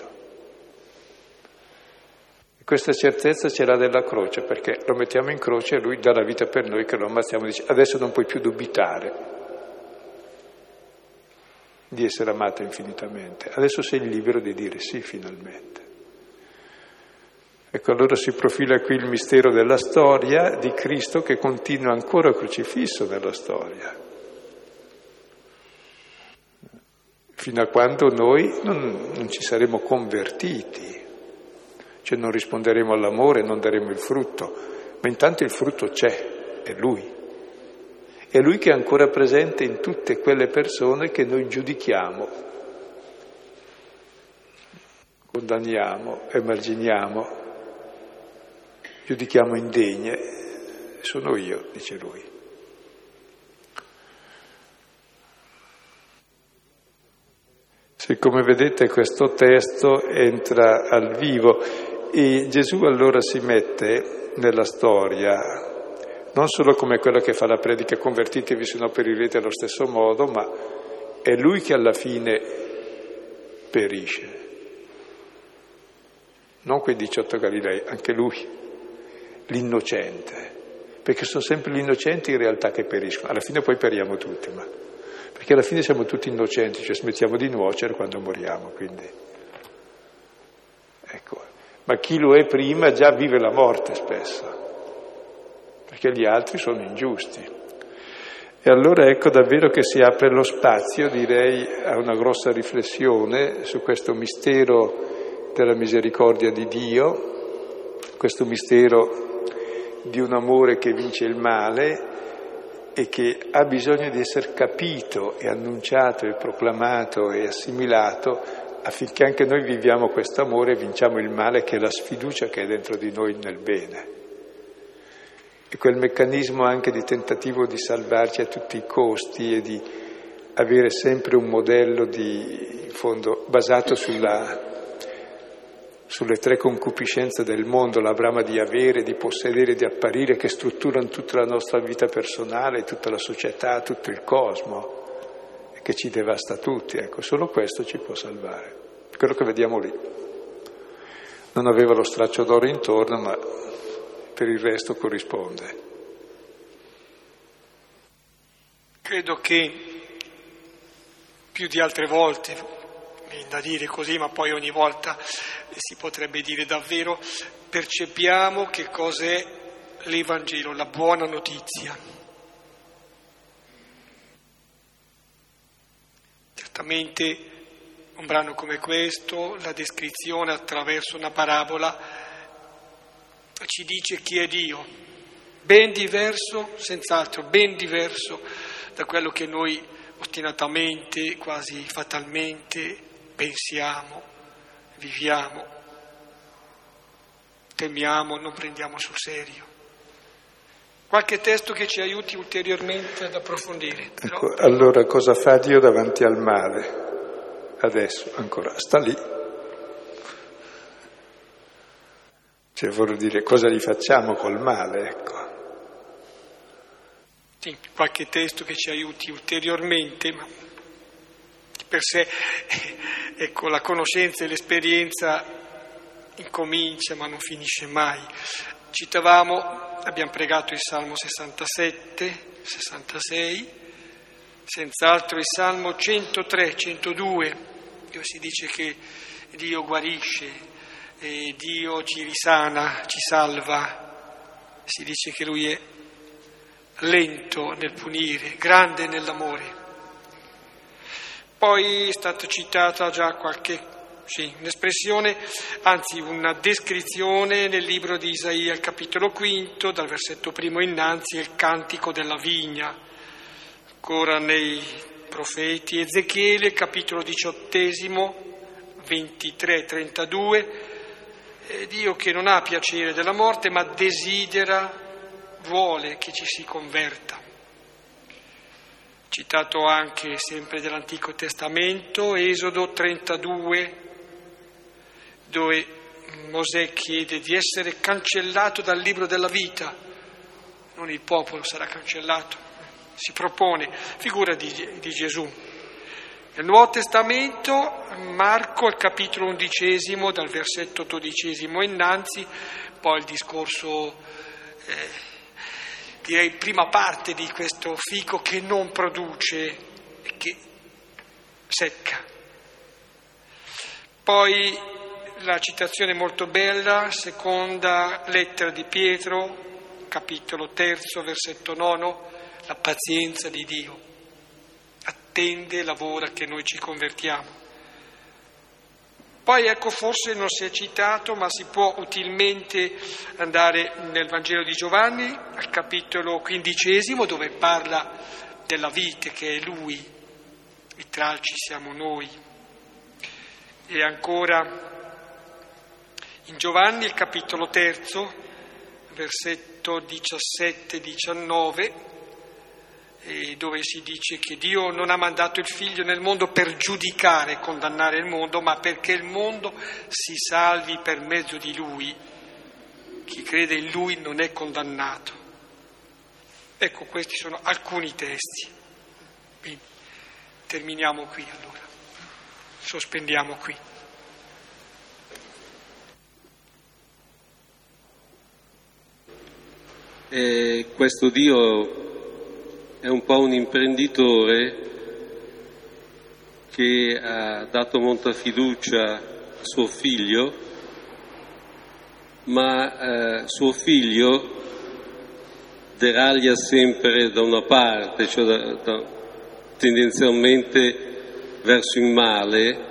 E questa certezza ce l'ha della croce, perché lo mettiamo in croce e lui dà la vita per noi che lo ammazziamo e dice adesso non puoi più dubitare di essere amato infinitamente, adesso sei libero di dire sì finalmente. Ecco, allora si profila qui il mistero della storia di Cristo che continua ancora crocifisso nella storia, fino a quando noi non, non ci saremo convertiti, cioè non risponderemo all'amore, non daremo il frutto, ma intanto il frutto c'è, è Lui. È Lui che è ancora presente in tutte quelle persone che noi giudichiamo, condanniamo, emarginiamo, giudichiamo indegne. Sono io, dice Lui. E come vedete questo testo entra al vivo e Gesù allora si mette nella storia, non solo come quello che fa la predica convertitevi se no perirete allo stesso modo, ma è lui che alla fine perisce. Non quei diciotto Galilei, anche lui, l'innocente. Perché sono sempre gli innocenti in realtà che periscono. Alla fine poi periamo tutti, ma perché alla fine siamo tutti innocenti, cioè smettiamo di nuocere quando moriamo, quindi. Ecco. Ma chi lo è prima già vive la morte spesso, perché gli altri sono ingiusti. E allora ecco davvero che si apre lo spazio, direi, a una grossa riflessione su questo mistero della misericordia di Dio, questo mistero di un amore che vince il male e che ha bisogno di essere capito e annunciato e proclamato e assimilato affinché anche noi viviamo questo amore e vinciamo il male, che è la sfiducia che è dentro di noi nel bene. E quel meccanismo anche di tentativo di salvarci a tutti i costi e di avere sempre un modello di, in fondo, basato sulla sulle tre concupiscenze del mondo, la brama di avere, di possedere, di apparire, che strutturano tutta la nostra vita personale, tutta la società, tutto il cosmo, e che ci devasta tutti. Ecco, solo questo ci può salvare. Quello che vediamo lì. Non aveva lo straccio d'oro intorno, ma per il resto corrisponde. Credo che più di altre volte, da dire così, ma poi ogni volta si potrebbe dire davvero, percepiamo che cos'è l'Evangelo, la buona notizia. Certamente un brano come questo, la descrizione attraverso una parabola, ci dice chi è Dio, ben diverso, senz'altro, ben diverso da quello che noi ostinatamente, quasi fatalmente, pensiamo, viviamo, temiamo, non prendiamo sul serio. Qualche testo che ci aiuti ulteriormente ad approfondire. Però... Ecco, allora cosa fa Dio davanti al male? Adesso ancora sta lì. Cioè vorrei dire, cosa gli facciamo col male, ecco. Sì, qualche testo che ci aiuti ulteriormente, ma per sé, ecco, la conoscenza e l'esperienza incomincia ma non finisce mai. Citavamo, abbiamo pregato il Salmo sessantasette, sessantasei, senz'altro il Salmo centotré, centodue, dove si dice che Dio guarisce, e Dio ci risana, ci salva, si dice che Lui è lento nel punire, grande nell'amore. Poi è stata citata già qualche, sì, un'espressione, anzi una descrizione nel libro di Isaia, il capitolo quinto, dal versetto primo innanzi, il cantico della vigna. Ancora nei profeti Ezechiele, capitolo diciottesimo, ventitré trentadue, eh, Dio che non ha piacere della morte, ma desidera, vuole che ci si converta. Citato anche sempre dell'Antico Testamento, Esodo trentadue, dove Mosè chiede di essere cancellato dal libro della vita, non il popolo sarà cancellato, si propone, figura di, di Gesù. Nel Nuovo Testamento, Marco, il capitolo undicesimo, dal versetto dodicesimo innanzi, poi il discorso... Eh, direi prima parte di questo fico che non produce e che secca. Poi la citazione molto bella, seconda lettera di Pietro, capitolo terzo, versetto nono, la pazienza di Dio. Attende, lavora che noi ci convertiamo. Poi ecco, forse non si è citato, ma si può utilmente andare nel Vangelo di Giovanni, al capitolo quindicesimo, dove parla della vite che è Lui, i tralci siamo noi. E ancora in Giovanni, il capitolo terzo, versetto diciassette diciannove, eh, dove si dice che Dio non ha mandato il Figlio nel mondo per giudicare e condannare il mondo, ma perché il mondo si salvi per mezzo di Lui. Chi crede in Lui non è condannato. Ecco, questi sono alcuni testi. Bene, terminiamo qui allora. Sospendiamo qui. E questo Dio è un po' un imprenditore che ha dato molta fiducia a suo figlio, ma eh, suo figlio deraglia sempre da una parte, cioè da, da, tendenzialmente verso il male,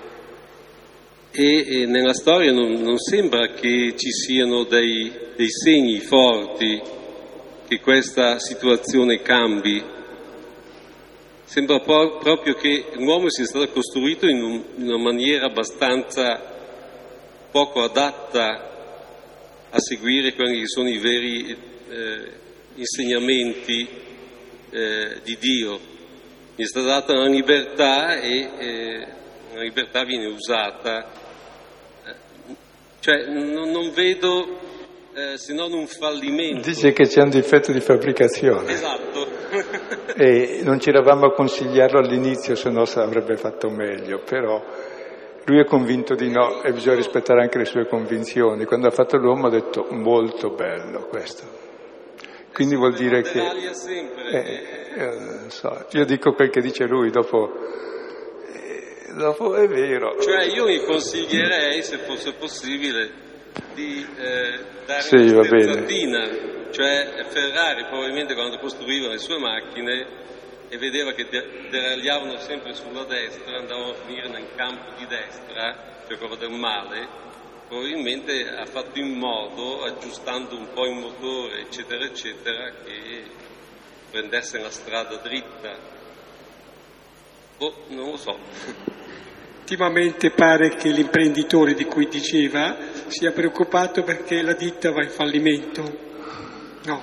e, e nella storia non, non sembra che ci siano dei, dei segni forti che questa situazione cambi. Sembra po- proprio che l'uomo sia stato costruito in, un, in una maniera abbastanza poco adatta a seguire quelli che sono i veri eh, insegnamenti eh, di Dio. Gli è stata data una libertà e eh, la libertà viene usata. Eh, cioè non, non vedo eh, se non un fallimento. Dice che c'è un difetto di fabbricazione. Esatto. E non ci eravamo a consigliarlo all'inizio, se no avrebbe fatto meglio, però lui è convinto di no e bisogna rispettare anche le sue convinzioni. Quando ha fatto l'uomo ha detto molto bello questo. Quindi vuol dire che... Eh, io, non so, io dico quel che dice lui, dopo, eh, dopo è vero. Cioè io mi consiglierei, se fosse possibile, di eh, dare sì, una va stezzatina, cioè Ferrari probabilmente quando costruiva le sue macchine e vedeva che deragliavano sempre sulla destra, andavano a finire nel campo di destra, cioè quello del male, probabilmente ha fatto in modo, aggiustando un po' il motore, eccetera, eccetera, che prendesse la strada dritta. Boh, non lo so. Ultimamente pare che l'imprenditore di cui diceva sia preoccupato perché la ditta va in fallimento. No.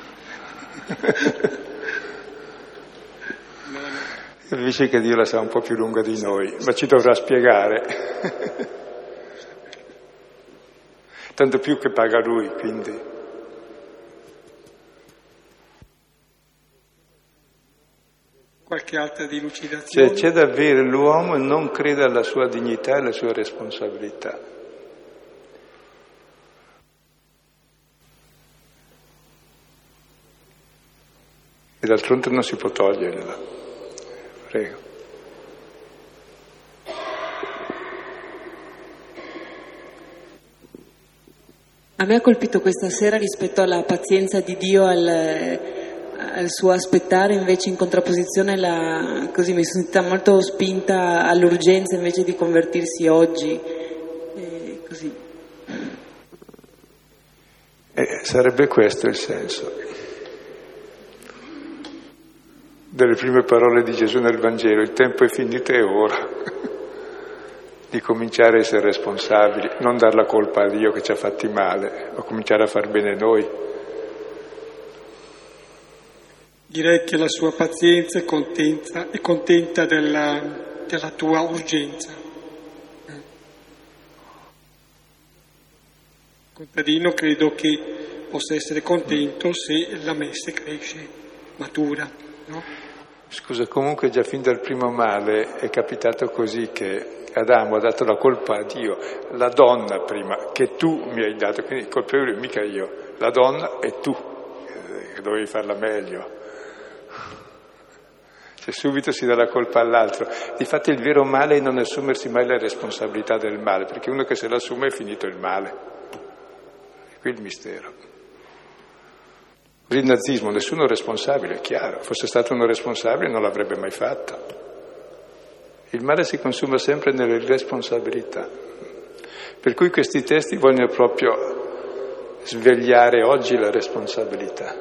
Capisce che Dio la sa un po' più lunga di noi, ma ci dovrà spiegare. Tanto più che paga lui, quindi. Qualche altra dilucidazione? Cioè c'è da avere l'uomo e non crede alla sua dignità e alla sua responsabilità. E d'altronde non si può toglierla. Prego. A me ha colpito questa sera rispetto alla pazienza di Dio al, al suo aspettare, invece in contrapposizione la, così mi sono sentita molto spinta all'urgenza invece di convertirsi oggi. E così. Eh, sarebbe questo il senso delle prime parole di Gesù nel Vangelo: il tempo è finito e ora di cominciare a essere responsabili, non dar la colpa a Dio che ci ha fatti male, ma cominciare a far bene noi. Direi che la sua pazienza è contenta, è contenta della, della tua urgenza. Il contadino credo che possa essere contento se la messe cresce, matura, no? Scusa, comunque già fin dal primo male è capitato così che Adamo ha dato la colpa a Dio, la donna prima, che tu mi hai dato, quindi il colpevole mica io, la donna e tu, che dovevi farla meglio. Cioè subito si dà la colpa all'altro. Difatti il vero male è non assumersi mai la responsabilità del male, perché uno che se l'assume è finito il male. È qui il mistero. Così il nazismo, nessuno responsabile, è chiaro, fosse stato uno responsabile non l'avrebbe mai fatto. Il male si consuma sempre nelle responsabilità. Per cui questi testi vogliono proprio svegliare oggi la responsabilità.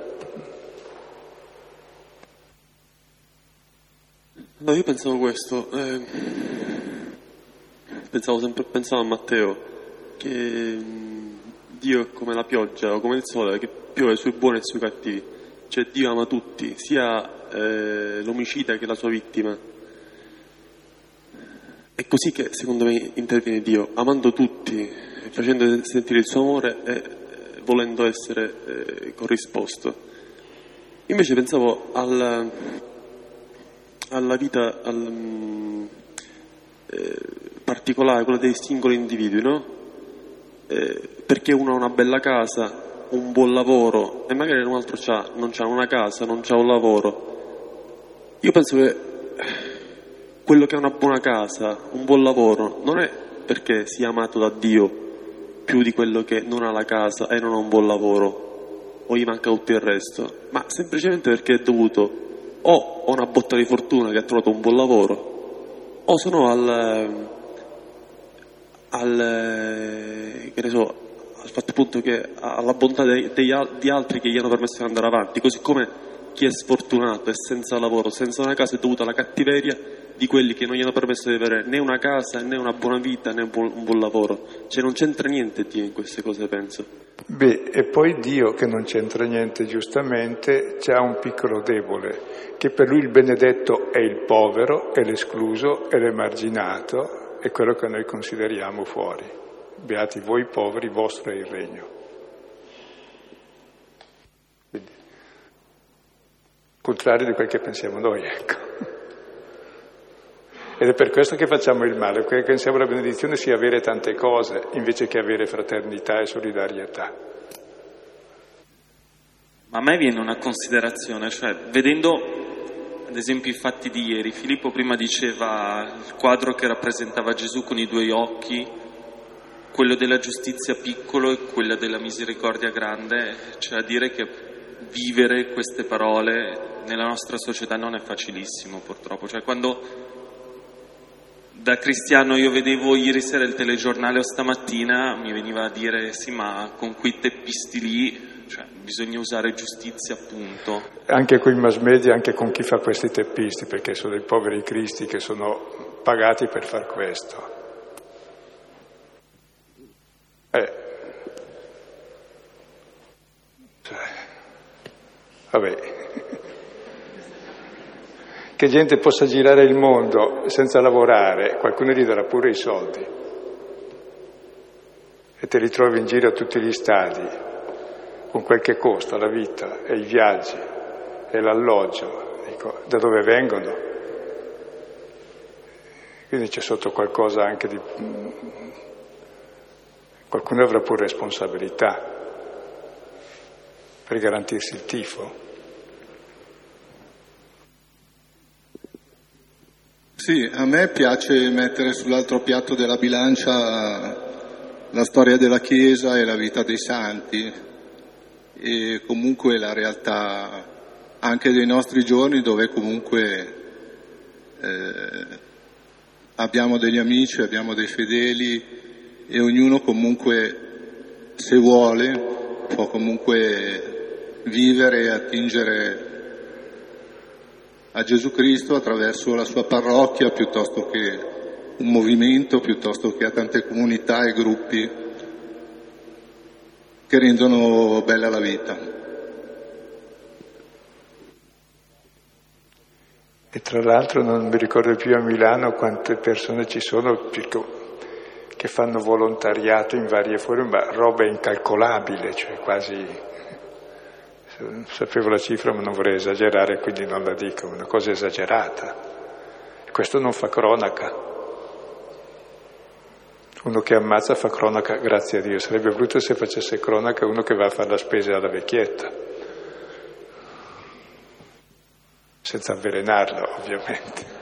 No, io pensavo questo, eh, pensavo sempre, pensavo a Matteo, che Dio è come la pioggia o come il sole che piove sui buoni e sui cattivi, cioè Dio ama tutti, sia eh, l'omicida che la sua vittima. È così che secondo me interviene Dio, amando tutti, facendo sentire il suo amore e volendo essere eh, corrisposto. Invece pensavo al, alla vita al, eh, particolare, quella dei singoli individui, no? Eh, perché uno ha una bella casa, un buon lavoro e magari un altro c'ha, non c'ha una casa, non c'ha un lavoro. Io penso che quello che ha una buona casa, un buon lavoro, non è perché sia amato da Dio più di quello che non ha la casa e non ha un buon lavoro o gli manca tutto il resto, ma semplicemente perché è dovuto o a una botta di fortuna che ha trovato un buon lavoro o sono al, al che ne so, al fatto appunto che alla bontà dei, dei, di altri che gli hanno permesso di andare avanti, così come chi è sfortunato e senza lavoro, senza una casa, è dovuto alla cattiveria di quelli che non gli hanno permesso di avere né una casa, né una buona vita, né un buon, un buon lavoro. Cioè non c'entra niente Dio in queste cose, penso. Beh, e poi Dio, che non c'entra niente giustamente, c'ha un piccolo debole, che per lui il benedetto è il povero, è l'escluso, è l'emarginato, è quello che noi consideriamo fuori. Beati voi poveri, vostro è il regno. Quindi, contrario di quel che pensiamo noi, ecco. Ed è per questo che facciamo il male, perché pensiamo la benedizione sia avere tante cose, invece che avere fraternità e solidarietà. Ma a me viene una considerazione, cioè vedendo ad esempio i fatti di ieri, Filippo prima diceva il quadro che rappresentava Gesù con i due occhi, quello della giustizia piccolo e quello della misericordia grande, cioè a dire che vivere queste parole nella nostra società non è facilissimo purtroppo, cioè quando da cristiano io vedevo ieri sera il telegiornale o stamattina mi veniva a dire sì, ma con quei teppisti lì, cioè, bisogna usare giustizia, appunto. Anche con i mass media, anche con chi fa questi teppisti, perché sono dei poveri cristi che sono pagati per far questo. Eh. Cioè, vabbè. Che gente possa girare il mondo senza lavorare, qualcuno gli darà pure i soldi e te li trovi in giro a tutti gli stadi con quel che costa la vita e i viaggi e l'alloggio. Dico, da dove vengono? Quindi c'è sotto qualcosa anche di... qualcuno avrà pure responsabilità per garantirsi il tifo. Sì, a me piace mettere sull'altro piatto della bilancia la storia della Chiesa e la vita dei santi e comunque la realtà anche dei nostri giorni, dove comunque eh, abbiamo degli amici, abbiamo dei fedeli e ognuno comunque, se vuole, può comunque vivere e attingere a Gesù Cristo attraverso la sua parrocchia, piuttosto che un movimento, piuttosto che a tante comunità e gruppi che rendono bella la vita. E tra l'altro non mi ricordo più a Milano quante persone ci sono che fanno volontariato in varie forme, ma roba incalcolabile, cioè quasi... Sapevo la cifra ma non vorrei esagerare, quindi non la dico, una cosa esagerata. Questo non fa cronaca. Uno che ammazza fa cronaca, grazie a Dio. Sarebbe brutto se facesse cronaca uno che va a fare la spesa alla vecchietta, senza avvelenarla ovviamente.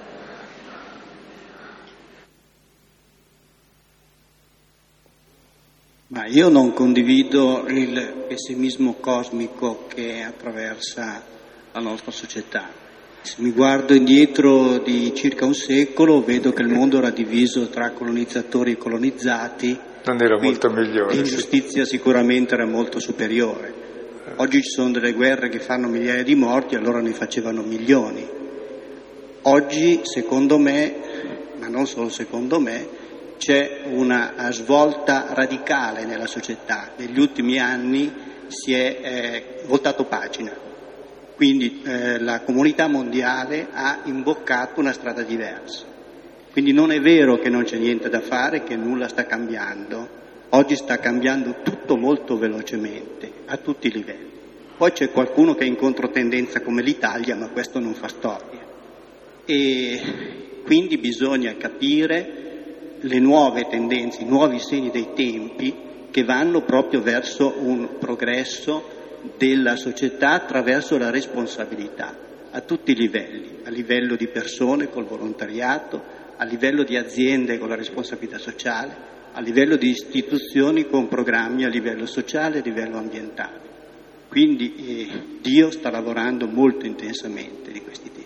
Ma io non condivido il pessimismo cosmico che attraversa la nostra società. Se mi guardo indietro di circa un secolo, vedo che il mondo era diviso tra colonizzatori e colonizzati. Non era molto migliore. L'ingiustizia sì. sicuramente era molto superiore. Oggi ci sono delle guerre che fanno migliaia di morti, allora ne facevano milioni. Oggi, secondo me, ma non solo secondo me, c'è una svolta radicale nella società. Negli ultimi anni si è eh, voltato pagina. Quindi eh, la comunità mondiale ha imboccato una strada diversa. Quindi non è vero che non c'è niente da fare, che nulla sta cambiando. Oggi sta cambiando tutto molto velocemente, a tutti i livelli. Poi c'è qualcuno che è in controtendenza come l'Italia, ma questo non fa storia. E quindi bisogna capire le nuove tendenze, i nuovi segni dei tempi che vanno proprio verso un progresso della società attraverso la responsabilità, a tutti i livelli, a livello di persone col volontariato, a livello di aziende con la responsabilità sociale, a livello di istituzioni con programmi a livello sociale e a livello ambientale. Quindi eh, Dio sta lavorando molto intensamente di questi tempi.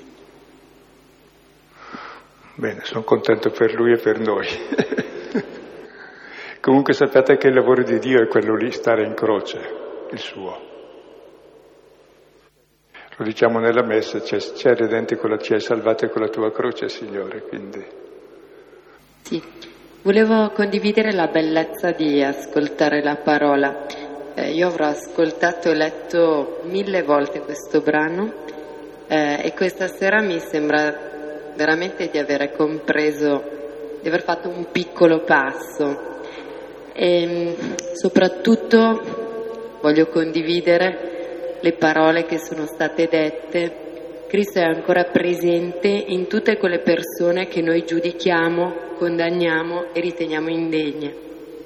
Bene, sono contento per lui e per noi. Comunque sappiate che il lavoro di Dio è quello lì, stare in croce, il suo. Lo diciamo nella messa, c'è, c'è redente con la, ci hai salvato con la tua croce, Signore, quindi. Sì, volevo condividere la bellezza di ascoltare la parola. Eh, io avrò ascoltato e letto mille volte questo brano eh, e questa sera mi sembra veramente di aver compreso, di aver fatto un piccolo passo e soprattutto voglio condividere le parole che sono state dette. Cristo è ancora presente in tutte quelle persone che noi giudichiamo, condanniamo e riteniamo indegne.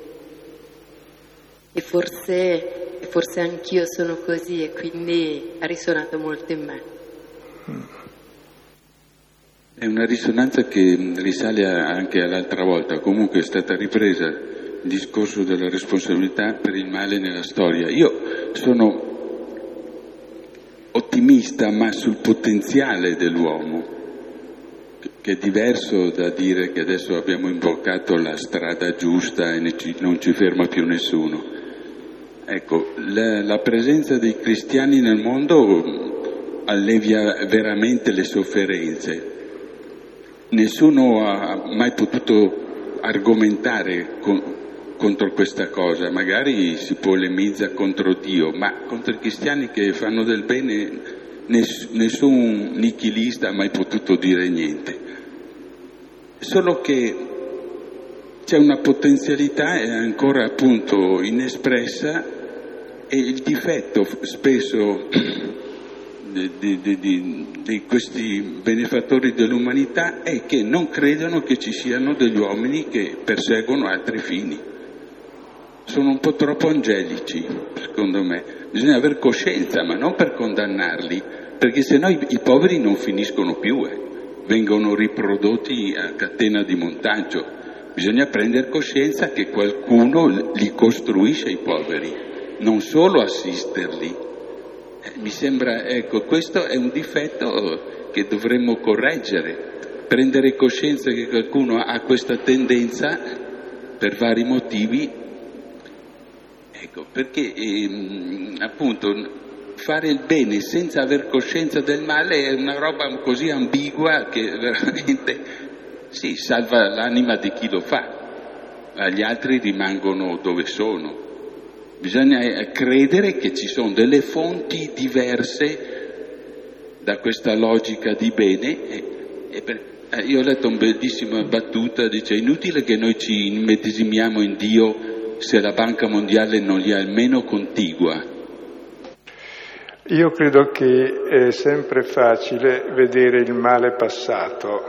E forse, e forse anch'io sono così e quindi ha risuonato molto in me. È una risonanza che risale anche all'altra volta, comunque è stata ripresa il discorso della responsabilità per il male nella storia. Io sono ottimista, ma sul potenziale dell'uomo, che è diverso da dire che adesso abbiamo imboccato la strada giusta e non ci ferma più nessuno. Ecco, la, la presenza dei cristiani nel mondo allevia veramente le sofferenze. Nessuno ha mai potuto argomentare con, contro questa cosa, magari si polemizza contro Dio, ma contro i cristiani che fanno del bene ness, nessun nichilista ha mai potuto dire niente. Solo che c'è una potenzialità ancora appunto inespressa e il difetto spesso di, di, di, di questi benefattori dell'umanità è che non credono che ci siano degli uomini che perseguono altri fini. Sono un po' troppo angelici, secondo me. Bisogna aver coscienza, ma non per condannarli, perché sennò i, i poveri non finiscono più, eh. vengono riprodotti a catena di montaggio. Bisogna prendere coscienza che qualcuno li costruisce i poveri, non solo assisterli. Eh, mi sembra, ecco, questo è un difetto che dovremmo correggere, prendere coscienza che qualcuno ha questa tendenza per vari motivi. Ecco, perché ehm, appunto fare il bene senza aver coscienza del male è una roba così ambigua che veramente sì, salva l'anima di chi lo fa, ma gli altri rimangono dove sono. Bisogna credere che ci sono delle fonti diverse da questa logica di bene. E, e per, eh, io ho letto una bellissima battuta, dice: è inutile che noi ci immedesimiamo in Dio se la Banca Mondiale non li ha almeno contigua. Io credo che è sempre facile vedere il male passato.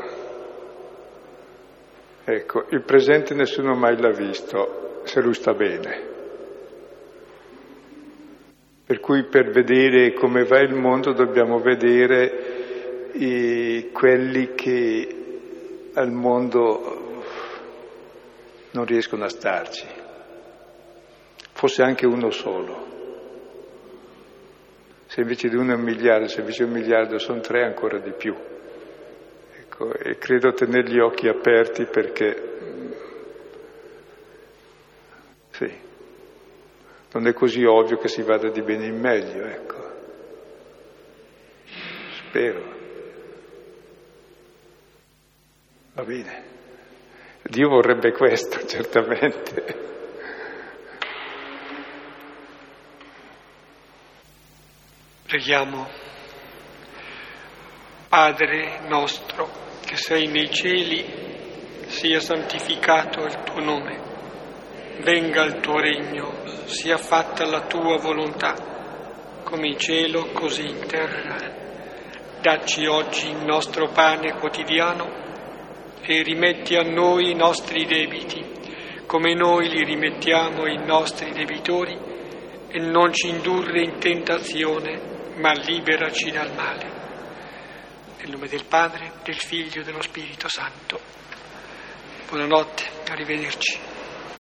Ecco, il presente nessuno mai l'ha visto, se lui sta bene. Per cui per vedere come va il mondo dobbiamo vedere i, quelli che al mondo non riescono a starci. Fosse anche uno solo. Se invece di uno è un miliardo, se invece un miliardo sono tre, ancora di più. Ecco, e credo tenere gli occhi aperti perché, sì, non è così ovvio che si vada di bene in meglio, ecco. Spero. Va bene. Dio vorrebbe questo, certamente. Preghiamo. Padre nostro, che sei nei cieli, sia santificato il tuo nome. Venga il tuo regno, sia fatta la tua volontà, come in cielo, così in terra. Dacci oggi il nostro pane quotidiano e rimetti a noi i nostri debiti, come noi li rimettiamo ai nostri debitori, e non ci indurre in tentazione, ma liberaci dal male. Nel nome del Padre, del Figlio e dello Spirito Santo. Buonanotte, arrivederci.